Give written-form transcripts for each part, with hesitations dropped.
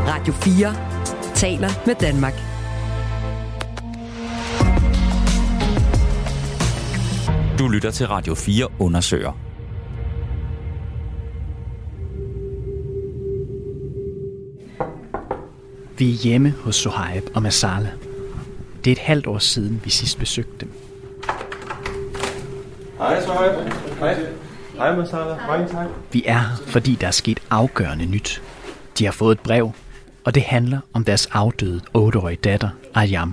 Radio 4 taler med Danmark. Du lytter til Radio 4 undersøger. Vi er hjemme hos Sohaib og Masala. Det er et halvt år siden, vi sidst besøgte dem. Hej Sohaib. Hej. Hej Masala. Mange tak. Vi er her, fordi der er sket afgørende nyt. De har fået et brev, og det handler om deres afdøde 8-årige datter, Aryam.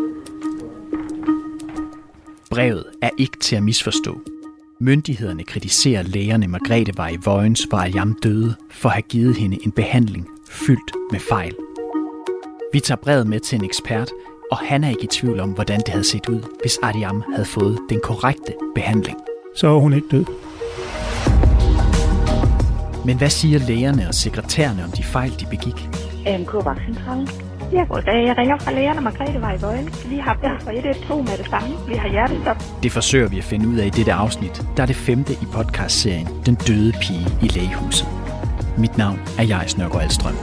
Brevet er ikke til at misforstå. Myndighederne kritiserer lægerne Margrethevej i Vojens, hvor Aryam døde, for at have givet hende en behandling fyldt med fejl. Vi tager brevet med til en ekspert, og han er ikke i tvivl om, hvordan det havde set ud, hvis Aryam havde fået den korrekte behandling. Så er hun ikke død. Men hvad siger lægerne og sekretærerne om de fejl, de begik? AMK Vagtcentralen. Ja, goddag. Jeg ringer fra lægerne Margrethevej i Vojens. Vi har brug for 112 med det samme. Vi har hjertestop. Det forsøger vi at finde ud af i dette afsnit, der er det 5. i podcastserien Den døde pige i lægehuset. Mit navn er Jais Nørgaard Alstrøm.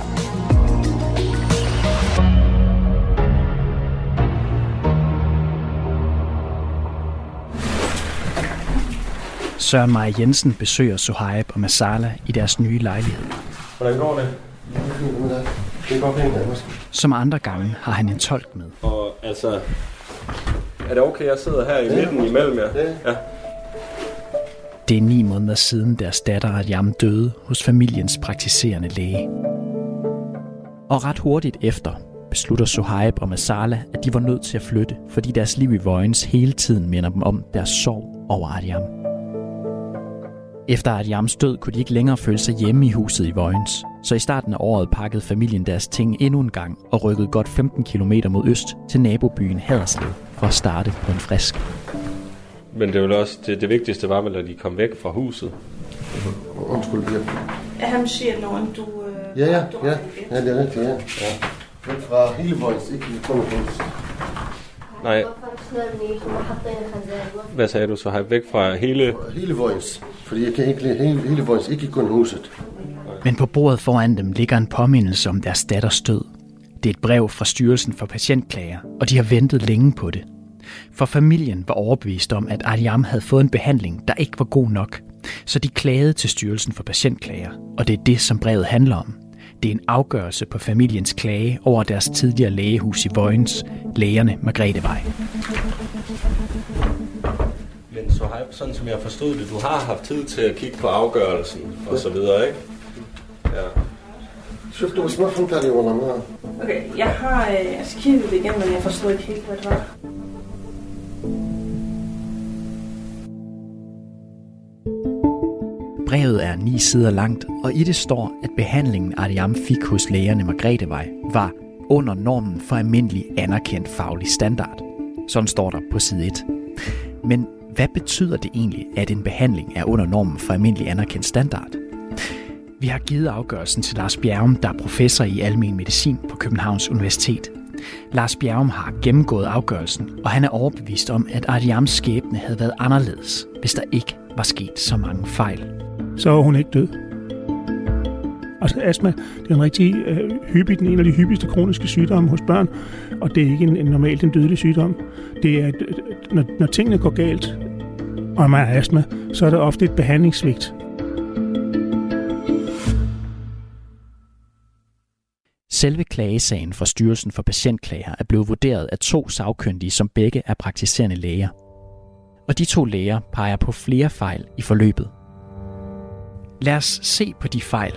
Søren Meyer Jensen besøger Sohaib og Masala i deres nye lejlighed. Hvordan går det? Det går fint, måske. Som andre gange har han en tolk med. Og altså, er det okay, jeg sidder her i midten imellem jer? Ja. Det er 9 måneder siden deres datter Aryam døde hos familiens praktiserende læge. Og ret hurtigt efter beslutter Sohaib og Masala, at de var nødt til at flytte, fordi deres liv i Vojens hele tiden minder dem om deres sorg over Aryam. Efter Aryams død kunne de ikke længere føle sig hjemme i huset i Vojens, så i starten af året pakkede familien deres ting endnu en gang og rykkede godt 15 km mod øst til nabobyen Haderslev for at starte på en frisk. Men det var også det vigtigste var vel, at de kom væk fra huset. Undskyld, ja. Han siger nogen, du... Ja, det er rigtigt, ja. Væk fra hele Vojens, ikke kun Vojens. Nej. Hvad sagde du så? Har væk fra hele Vojens, fordi jeg kan ikke lide hele Vojens, ikke kun huset. Men på bordet foran dem ligger en påmindelse om deres datters død. Det er et brev fra Styrelsen for Patientklager, og de har ventet længe på det. For familien var overbevist om, at Aryam havde fået en behandling, der ikke var god nok. Så de klagede til Styrelsen for Patientklager, og det er det, som brevet handler om. Det er en afgørelse på familiens klage over deres tidligere lægehus i Vojens, lægerne Margrethevej. Men så har sådan som jeg forstod det, du har haft tid til at kigge på afgørelsen og så videre, ikke? Ja. Okay, jeg har kigget det igen, men jeg forstod ikke helt, hvad det var. Brevet er 9 sider langt, og i det står, at behandlingen Aryam fik hos lægerne Margrethevej var under normen for almindelig anerkendt faglig standard. Sådan står der på side 1. Men hvad betyder det egentlig, at en behandling er under normen for almindelig anerkendt standard? Vi har givet afgørelsen til Lars Bjerrum, der er professor i almen medicin på Københavns Universitet. Lars Bjerrum har gennemgået afgørelsen, og han er overbevist om, at Aryams skæbne havde været anderledes, hvis der ikke var sket så mange fejl. Så er hun ikke død. Altså astma, det er en rigtig en af de hyppigste kroniske sygdomme hos børn, og det er ikke en normalt en dødelig sygdom. Det er, når tingene går galt, og man har astma, så er der ofte et behandlingssvigt. Selve klagesagen fra Styrelsen for Patientklager er blevet vurderet af 2 sagkyndige, som begge er praktiserende læger. Og de 2 læger peger på flere fejl i forløbet. Lad os se på de fejl.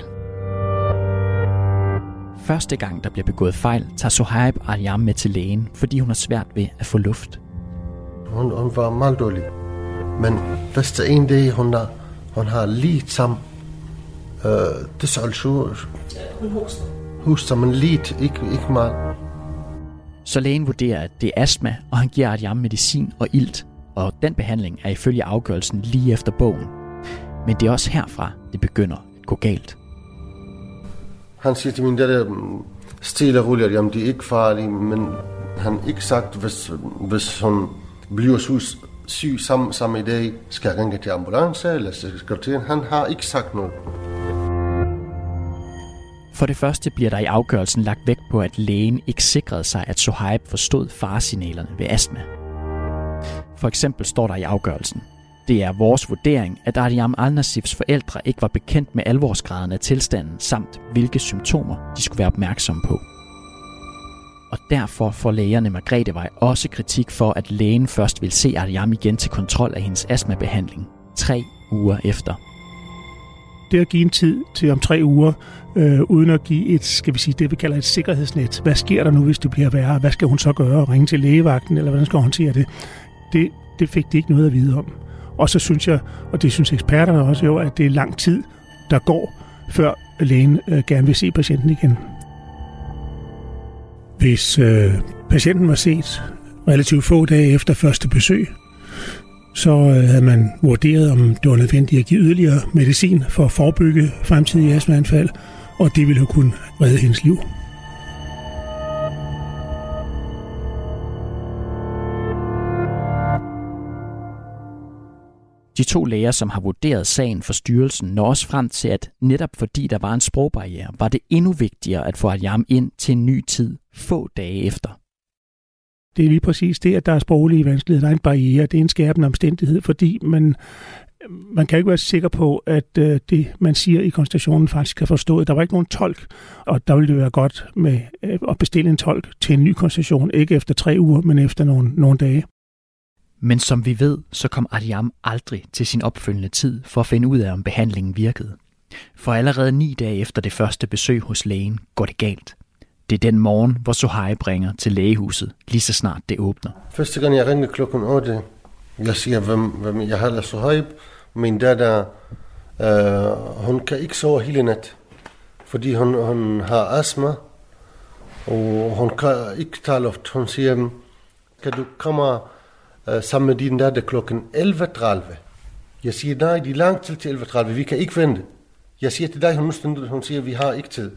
Første gang, der bliver begået fejl, tager Sohaib Aryam med til lægen, fordi hun har svært ved at få luft. Hun var meget dårlig. Men hvis der er en dag, hun har lige sammen, det er altså... Hun hoster. Hoster, men lidt, ikke meget. Så lægen vurderer, at det er astma, og han giver Aryam medicin og ilt, og den behandling er ifølge afgørelsen lige efter bogen. Men det er også herfra, det begynder at gå galt. Han siger til min datter, stille og roligt, jamen det er ikke farligt, men han har ikke sagt, hvis hun bliver syg samme i dag, skal jeg ringe til ambulance, eller sekretæren. Han har ikke sagt noget. For det første bliver der i afgørelsen lagt vægt på, at lægen ikke sikrede sig, at Sohaib forstod faresignalerne ved astma. For eksempel står der i afgørelsen: det er vores vurdering, at Artyom Al-Nasifs forældre ikke var bekendt med alvorsgraden af tilstanden, samt hvilke symptomer de skulle være opmærksomme på. Og derfor får lægerne Margrethe også kritik for, at lægen først vil se Artyom igen til kontrol af hendes astmabehandling 3 uger efter. Det at give en tid til om 3 uger, uden at give et, skal vi sige, det vi kalder et sikkerhedsnet. Hvad sker der nu, hvis det bliver værre? Hvad skal hun så gøre? Ringe til lægevagten, eller hvordan skal hun håndtere det? Det fik de ikke noget at vide om. Og så synes jeg, og det synes eksperterne også jo, at det er lang tid, der går, før lægen gerne vil se patienten igen. Hvis patienten var set relativt få dage efter første besøg, så havde man vurderet, om det var nødvendigt at give yderligere medicin for at forebygge fremtidige astmaanfald, og det ville have kunnet redde hendes liv. De 2 læger, som har vurderet sagen for styrelsen, når også frem til, at netop fordi der var en sprogbarriere, var det endnu vigtigere at få Artyom ind til en ny tid få dage efter. Det er lige præcis det, at der er sproglige vanskeligheder. Der er en barriere, det er en skærpende omstændighed, fordi man kan ikke være sikker på, at det, man siger i konsultationen, faktisk kan forstået. Der var ikke nogen tolk, og der ville det være godt med at bestille en tolk til en ny konsultation, ikke efter 3 uger, men efter nogle dage. Men som vi ved, så kom Artyom aldrig til sin opfølgende tid for at finde ud af, om behandlingen virkede. For allerede 9 dage efter det første besøg hos lægen går det galt. Det er den morgen, hvor Sohaib ringer til lægehuset, lige så snart det åbner. Første gang jeg ringer klokken 8, jeg siger, hvem jeg hedder Sohaib. Min datter, hun kan ikke sove hele nat, fordi hun har astma, og hun kan ikke tage luft. Hun siger, kan du komme sammen med din datter klokken 11.30? Jeg siger, nej, det er langt til 11.30, vi kan ikke vente. Jeg siger til dig, hun siger, vi har ikke tid.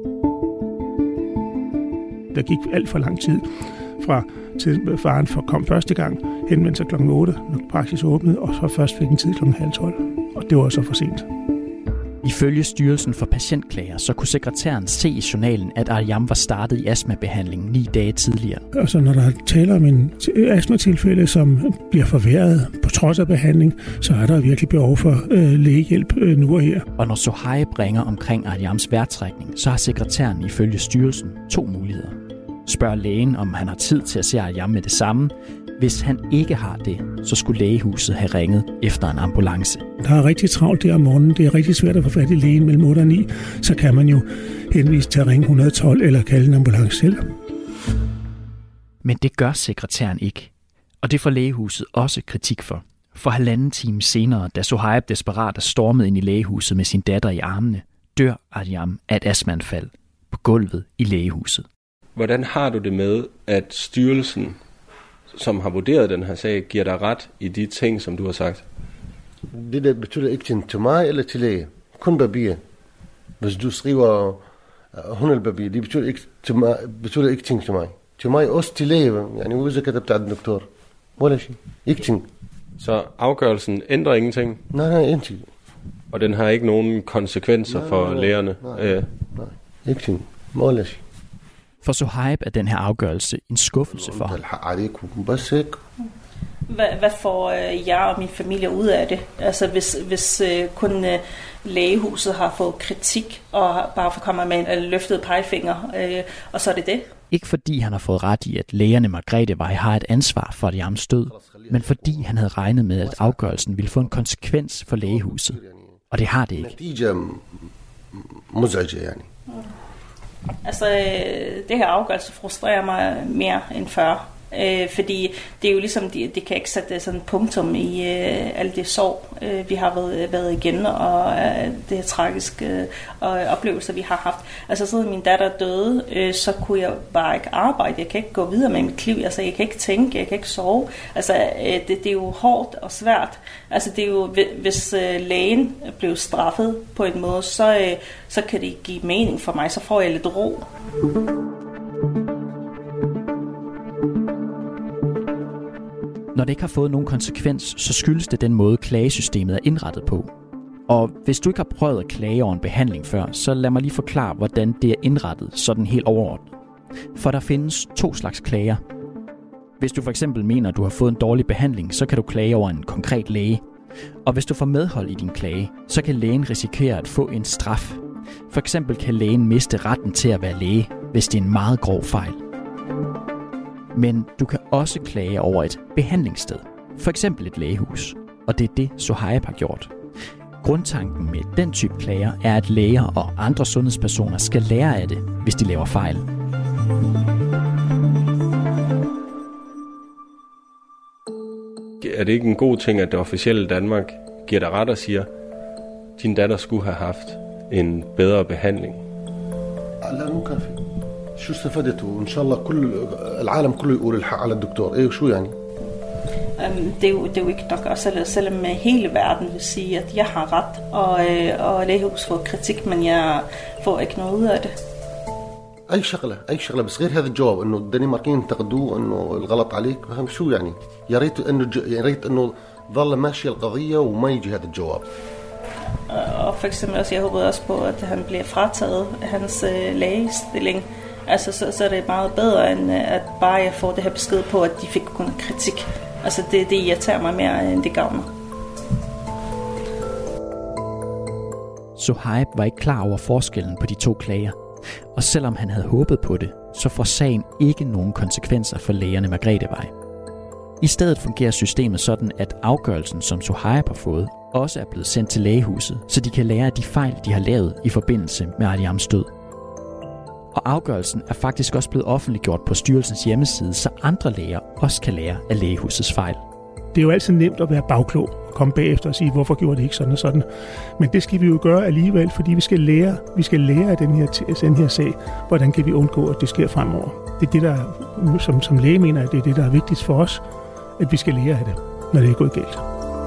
Der gik alt for lang tid fra til faren kom første gang, henvendte sig klokken 8, når praksis åbnede, og så først fik en tid klokken 11:30. Og det var så for sent. Ifølge Styrelsen for Patientklager, så kunne sekretæren se i journalen, at Artyom var startet i astmabehandling 9 dage tidligere. Altså når der taler om en astmatilfælde, som bliver forværret på trods af behandling, så er der virkelig behov for lægehjælp nu og her. Og når Sohaib ringer omkring Artyoms vejrtrækning, så har sekretæren ifølge styrelsen 2 muligheder. Spørg lægen, om han har tid til at se Artyom med det samme. Hvis han ikke har det, så skulle lægehuset have ringet efter en ambulance. Der er rigtig travlt der om morgenen. Det er rigtig svært at få fat i lægen mellem 8 og 9. Så kan man jo henvise til at ringe 112 eller kalde en ambulance selv. Men det gør sekretæren ikke. Og det får lægehuset også kritik for. For 1,5 time senere, da Sohaib desperat er stormet ind i lægehuset med sin datter i armene, dør Artyom af et astmaanfald på gulvet i lægehuset. Hvordan har du det med, at styrelsen, som har vurderet den her sag, giver dig ret i de ting, som du har sagt? Det der betyder ikke til mig eller til læge. Kun papir. Hvis du skriver 100 papir, det betyder ikke ting til mig. Til mig også til læge. يعني وإذا كتبت على الدكتور ولا شيء. Ikke ting. Så afgørelsen ændrer ingenting? Nej, ingenting. Og den har ikke nogen konsekvenser for lægerne? Nej, ikke ting. ولا شيء. For Sohaib er den her afgørelse en skuffelse for ham. Hvad får jeg og min familie ud af det? Altså hvis kun lægehuset har fået kritik og bare kommer med en løftet pegefinger, og så er det det? Ikke fordi han har fået ret i, at lægerne Margrethe har et ansvar for Artyoms død, men fordi han havde regnet med, at afgørelsen ville få en konsekvens for lægehuset. Og det har det ikke. Altså, det her afgørelse frustrerer mig mere end før. Fordi det er jo ligesom, det kan ikke sætte sådan et punktum i alt det sorg, vi har været igennem, og det her tragiske oplevelser, vi har haft. Altså siden min datter døde, så kunne jeg bare ikke arbejde. Jeg kan ikke gå videre med mit liv. Altså, jeg kan ikke tænke, jeg kan ikke sove. Altså, det er jo hårdt og svært. Altså, det er jo, hvis lægen blev straffet på en måde, så kan det give mening for mig. Så får jeg lidt ro. Når det ikke har fået nogen konsekvens, så skyldes det den måde, klagesystemet er indrettet på. Og hvis du ikke har prøvet at klage over en behandling før, så lad mig lige forklare, hvordan det er indrettet sådan helt overordnet. For der findes 2 slags klager. Hvis du for eksempel mener, at du har fået en dårlig behandling, så kan du klage over en konkret læge. Og hvis du får medhold i din klage, så kan lægen risikere at få en straf. For eksempel kan lægen miste retten til at være læge, hvis det er en meget grov fejl. Men du kan også klage over et behandlingssted. For eksempel et lægehus. Og det er det, Sohaib har gjort. Grundtanken med den type klager er, at læger og andre sundhedspersoner skal lære af det, hvis de laver fejl. Er det ikke en god ting, at det officielle Danmark giver dig ret og siger, at din datter skulle have haft en bedre behandling? لا مو كافي شو استفدته وان شاء الله كل العالم كله يقول الحق على الدكتور ايه شو يعني det er jo ikke nok, og selvom hele verden vil sige, at jeg har ret, og lægehus får kritik, men jeg får ikke noget ud af det. اي شغله بس غير هذا الجواب انه الدنماركيين انتقدوه انه الغلط عليك فهم شو يعني يا ريت انه ظل ماشيه القضيه وما يجي هذا الجواب. Og for eksempel også, jeg håbede også på, at han bliver frataget hans lægestilling. Altså, så er det meget bedre, end at bare jeg får det her besked på, at de fik kun kritik. Altså, det irriterer mig mere, end det gavner. Sohaib var ikke klar over forskellen på de 2 klager. Og selvom han havde håbet på det, så får sagen ikke nogen konsekvenser for lægerne Margrethevej. I stedet fungerer systemet sådan, at afgørelsen, som Sohaib har fået, også er blevet sendt til lægehuset, så de kan lære af de fejl, de har lavet i forbindelse med Aryams død. Og afgørelsen er faktisk også blevet offentliggjort på styrelsens hjemmeside, så andre læger også kan lære af lægehusets fejl. Det er jo altid nemt at være bagklog og komme bagefter og sige, hvorfor gjorde det ikke sådan og sådan. Men det skal vi jo gøre alligevel, fordi vi skal lære af den her sag, hvordan kan vi undgå, at det sker fremover. Det er det, der som læge mener, at det er det, der er vigtigst for os, at vi skal lære af det, når det er gået galt.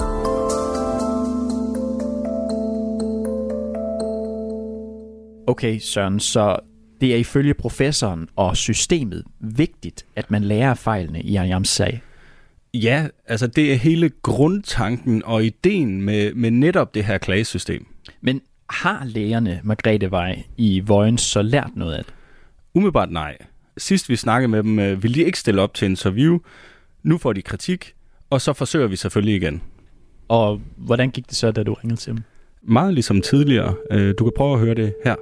Okay, Søren, så det er ifølge professoren og systemet vigtigt, at man lærer fejlene i Aryams sag. Ja, altså det er hele grundtanken og ideen med netop det her klagesystem. Men har lægerne Margrethevej i Vojens så lært noget af det? Umiddelbart nej. Sidst vi snakkede med dem, ville de ikke stille op til interview. Nu får de kritik, og så forsøger vi selvfølgelig igen. Og hvordan gik det så, da du ringede til dem? Meget ligesom tidligere. Du kan prøve at høre det her.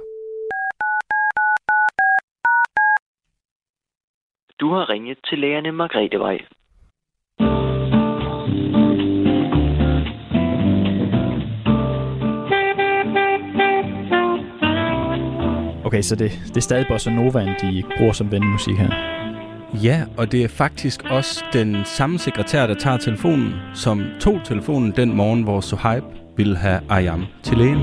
Du har ringet til lægerne Margrethevej. Okay, så det er stadig Bossa Novaen, de bruger som vennemusik her. Ja, og det er faktisk også den samme sekretær, der tager telefonen, som tog telefonen den morgen, hvor Sohaib ville have Aryam til lægen.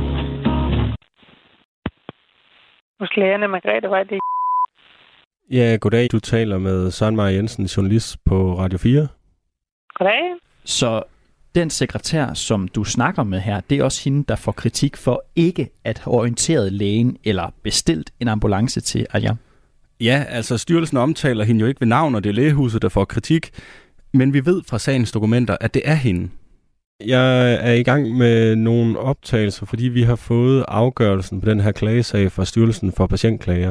Hos lægerne Margrethevej, det Ja, goddag. Du taler med Søren Meier Jensen, journalist på Radio 4. Goddag. Så den sekretær, som du snakker med her, det er også hende, der får kritik for ikke at have orienteret lægen eller bestilt en ambulance til Aryam. Ja, altså styrelsen omtaler hende jo ikke ved navn, og det er lægehuset, der får kritik. Men vi ved fra sagens dokumenter, at det er hende. Jeg er i gang med nogle optagelser, fordi vi har fået afgørelsen på den her klagesag fra Styrelsen for Patientklager.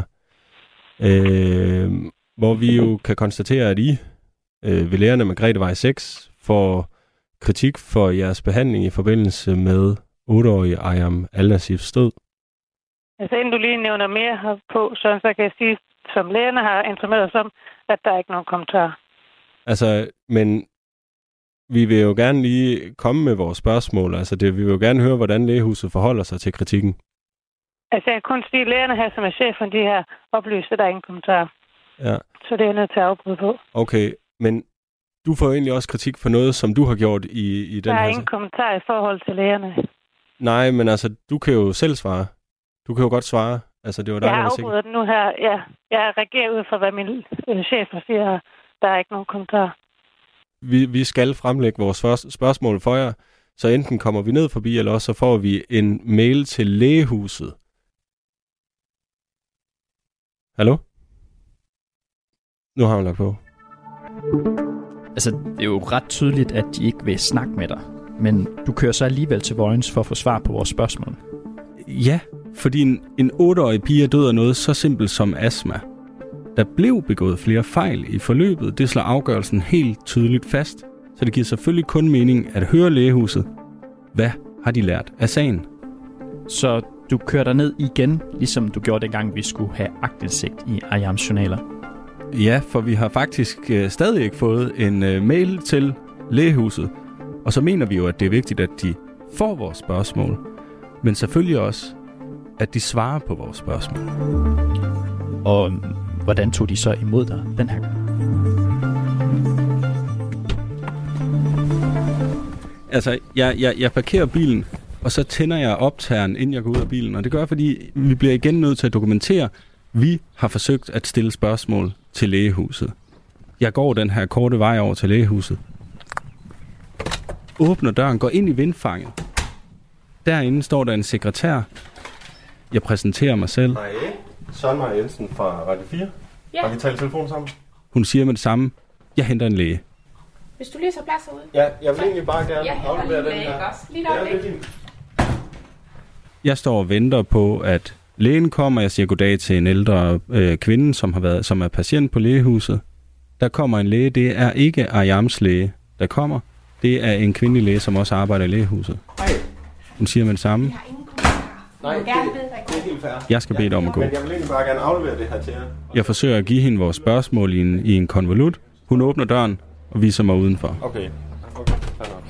Hvor vi jo kan konstatere, at I ved lægerne Margrethevej 6 får kritik for jeres behandling i forbindelse med 8-årige Aryam Al-Nassifs død. Altså inden du lige nævner mere herpå, så kan jeg sige, som lægerne har informeret os om, at der er ikke nogen kommentar. Altså, men vi vil jo gerne lige komme med vores spørgsmål. Altså, vi vil jo gerne høre, hvordan lægehuset forholder sig til kritikken. Altså, jeg kan kun sige, at lægerne her, som er chefen, de her oplyst, at der er ingen kommentar. Ja. Så det er nødt til at afbryde på. Okay, men du får egentlig også kritik for noget, som du har gjort i den her... Der er ingen kommentar i forhold til lægerne. Nej, men altså, du kan jo selv svare. Du kan jo godt svare. Altså, det var dig, jeg har afbrudt den nu her. Ja, jeg reagerer ud fra, hvad min chef siger. Der er ikke nogen kommentar. Vi skal fremlægge vores spørgsmål for jer, så enten kommer vi ned forbi, eller også så får vi en mail til lægehuset. Hallo? Nu har hun lagt på. Altså, det er jo ret tydeligt, at de ikke vil snakke med dig. men du kører så alligevel til Vojens for at få svar på vores spørgsmål. Ja, fordi en 8-årig pige er død af noget så simpelt som astma. Der blev begået flere fejl i forløbet. Det slår afgørelsen helt tydeligt fast, så det giver selvfølgelig kun mening at høre lægehuset. Hvad har de lært af sagen? Så du kører dig ned igen, ligesom du gjorde dengang, vi skulle have aktindsigt i Ayams journaler. Ja, for vi har faktisk stadig ikke fået en mail til lægehuset. Og så mener vi jo, at det er vigtigt, at de får vores spørgsmål. Men selvfølgelig også, at de svarer på vores spørgsmål. Og hvordan tog de så imod dig den her gang? Altså, jeg parkerer bilen, og så tænder jeg optageren, inden jeg går ud af bilen. Og det gør, fordi vi bliver igen nødt til at dokumentere, vi har forsøgt at stille spørgsmål til lægehuset. Jeg går den her korte vej over til lægehuset. Åbner døren, går ind i vindfanget. Derinde står der en sekretær. Jeg præsenterer mig selv. Hej, Søren Maja Jensen fra Radio 4. Ja. Har vi talt telefon sammen? Hun siger med det samme, jeg henter en læge. Hvis du lige tager plads herude. Ja, jeg vil egentlig bare gerne aflevere den her. Lige deroppe. Jeg står og venter på, at lægen kommer. Jeg siger goddag til en ældre kvinde, som er patient på lægehuset. Der kommer en læge. Det er ikke Ayams læge, der kommer. Det er en kvindelig læge, som også arbejder i lægehuset. Hej. Hun siger med det samme. Nej, det er helt fair. Jeg skal bede dig om at gå. Men jeg vil egentlig bare gerne aflevere det her til jer. Jeg forsøger at give hende vores spørgsmål i en konvolut. Hun åbner døren og viser mig udenfor. Okay, fair nok.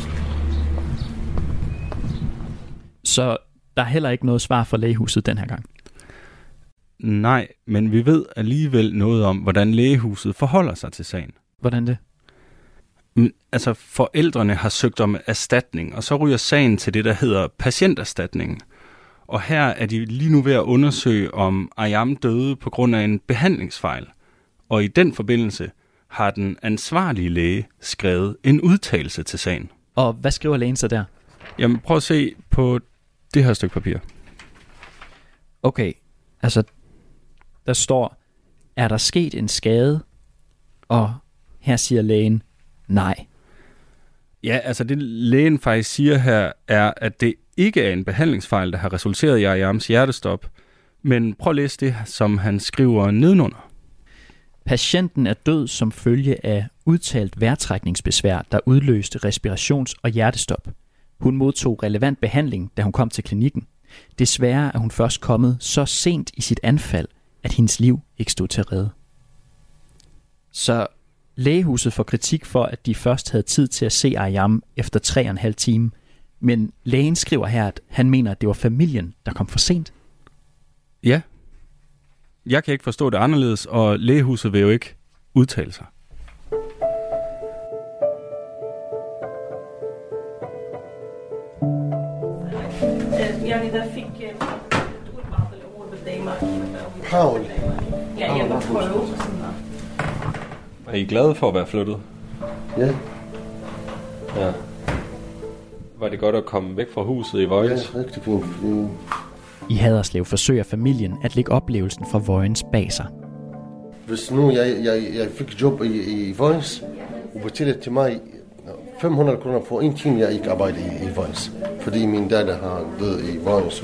Så der er heller ikke noget svar fra lægehuset den her gang? Nej, men vi ved alligevel noget om, hvordan lægehuset forholder sig til sagen. Hvordan det? Altså, forældrene har søgt om erstatning, og så ryger sagen til det, der hedder patienterstatningen. Og her er de lige nu ved at undersøge, om Ayam døde på grund af en behandlingsfejl. Og i den forbindelse har den ansvarlige læge skrevet en udtalelse til sagen. Og hvad skriver lægen så der? Jamen, prøv at se på det her stykke papir. Okay, altså, der står, er der sket en skade? Og her siger lægen, nej. Ja, altså det lægen faktisk siger her, er, at det ikke er en behandlingsfejl, der har resulteret i Ayams hjertestop. Men prøv at læse det, som han skriver nedenunder. Patienten er død som følge af udtalt vejrtrækningsbesvær, der udløste respirations- og hjertestop. Hun modtog relevant behandling, da hun kom til klinikken. Desværre er hun først kommet så sent i sit anfald, at hendes liv ikke stod til at redde. Så lægehuset får kritik for, at de først havde tid til at se Ayam efter 3,5 timer. Men lægen skriver her, at han mener, at det var familien, der kom for sent. Ja. Jeg kan ikke forstå det anderledes, og lægehuset vil jo ikke udtale sig. Paul. Ja, jeg var prøve. Er I glade for at være flyttet? Ja. Ja. Var det godt at komme væk fra huset i Vojens? Ja, rigtig fint. I Haderslev forsøger familien at lægge oplevelsen fra Vojens bag sig. Hvis nu jeg fik job i Vojens, og betalte til mig 500 kroner for en time, jeg ikke arbejder i Vojens. Fordi min datter har død i Vojens.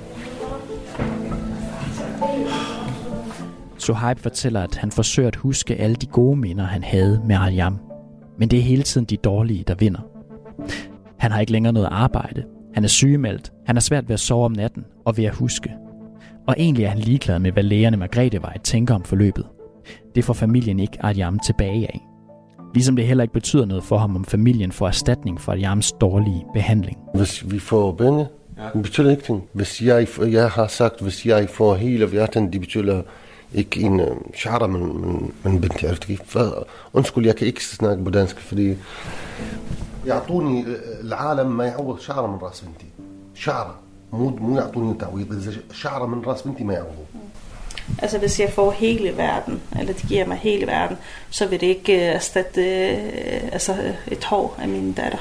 Sohaib fortæller, at han forsøger at huske alle de gode minder, han havde med Ayam. Men det er hele tiden de dårlige, der vinder. Han har ikke længere noget arbejde. Han er sygemeldt. Han har svært ved at sove om natten og ved at huske. Og egentlig er han ligeglad med, hvad lægerne Margretevej tænker om forløbet. Det får familien ikke Ayam tilbage af. Ligesom det heller ikke betyder noget for ham, om familien får erstatning for Ayams dårlige behandling. Hvis vi får penge, det betyder ikke ting. Hvis jeg har sagt, hvis jeg får hele verden, det betyder ikke en shara, men binti, عرفت كيف؟ undskyld, jeg kan ikke snakke på dansk, fordi يعطوني العالم ما يعوض شعرة من راس بنتي. شعرة مو يعطوني تعويض. إذا شعرة من راس بنتي ما يعوض. Altså hvis jeg får hele verden, eller de giver mig hele verden, så vil det ikke erstatte et hår af min datter.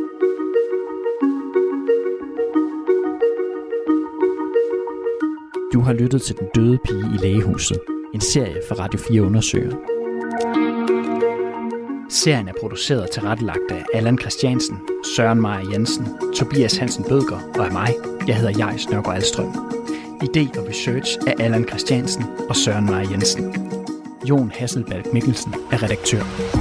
Du Du har lyttet til Den døde pige i lægehuset, en serie for Radio 4 undersøger. Serien er produceret og tilrettelagt af Allan Christiansen, Søren Meyer Jensen, Tobias Hansen Bødker og af mig. Jeg hedder Jais Nørgaard Alstrøm. Idé og research af Allan Christiansen og Søren Meyer Jensen. Jon Hasselbalg Mikkelsen er redaktør.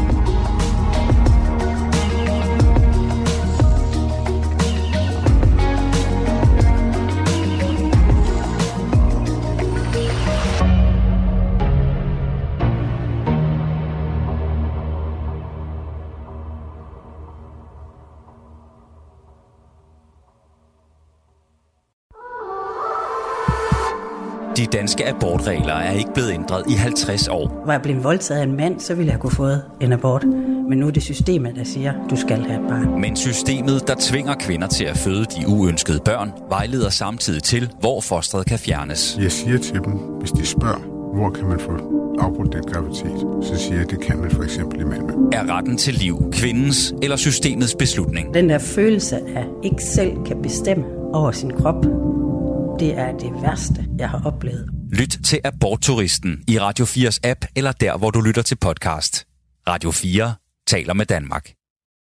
De danske abortregler er ikke blevet ændret i 50 år. Var jeg blevet voldtaget af en mand, så ville jeg kunne få en abort. Men nu er det systemet, der siger, du skal have et barn. Men systemet, der tvinger kvinder til at føde de uønskede børn, vejleder samtidig til, hvor fosteret kan fjernes. Jeg siger til dem, hvis de spørger, hvor kan man få afbrudt den graviditet, så siger jeg, det kan man for eksempel i Malmø. Er retten til liv kvindens eller systemets beslutning? Den der følelse af ikke selv kan bestemme over sin krop, det er det værste, jeg har oplevet. Lyt til Abortturisten i Radio 4's app eller der, hvor du lytter til podcast. Radio 4 taler med Danmark.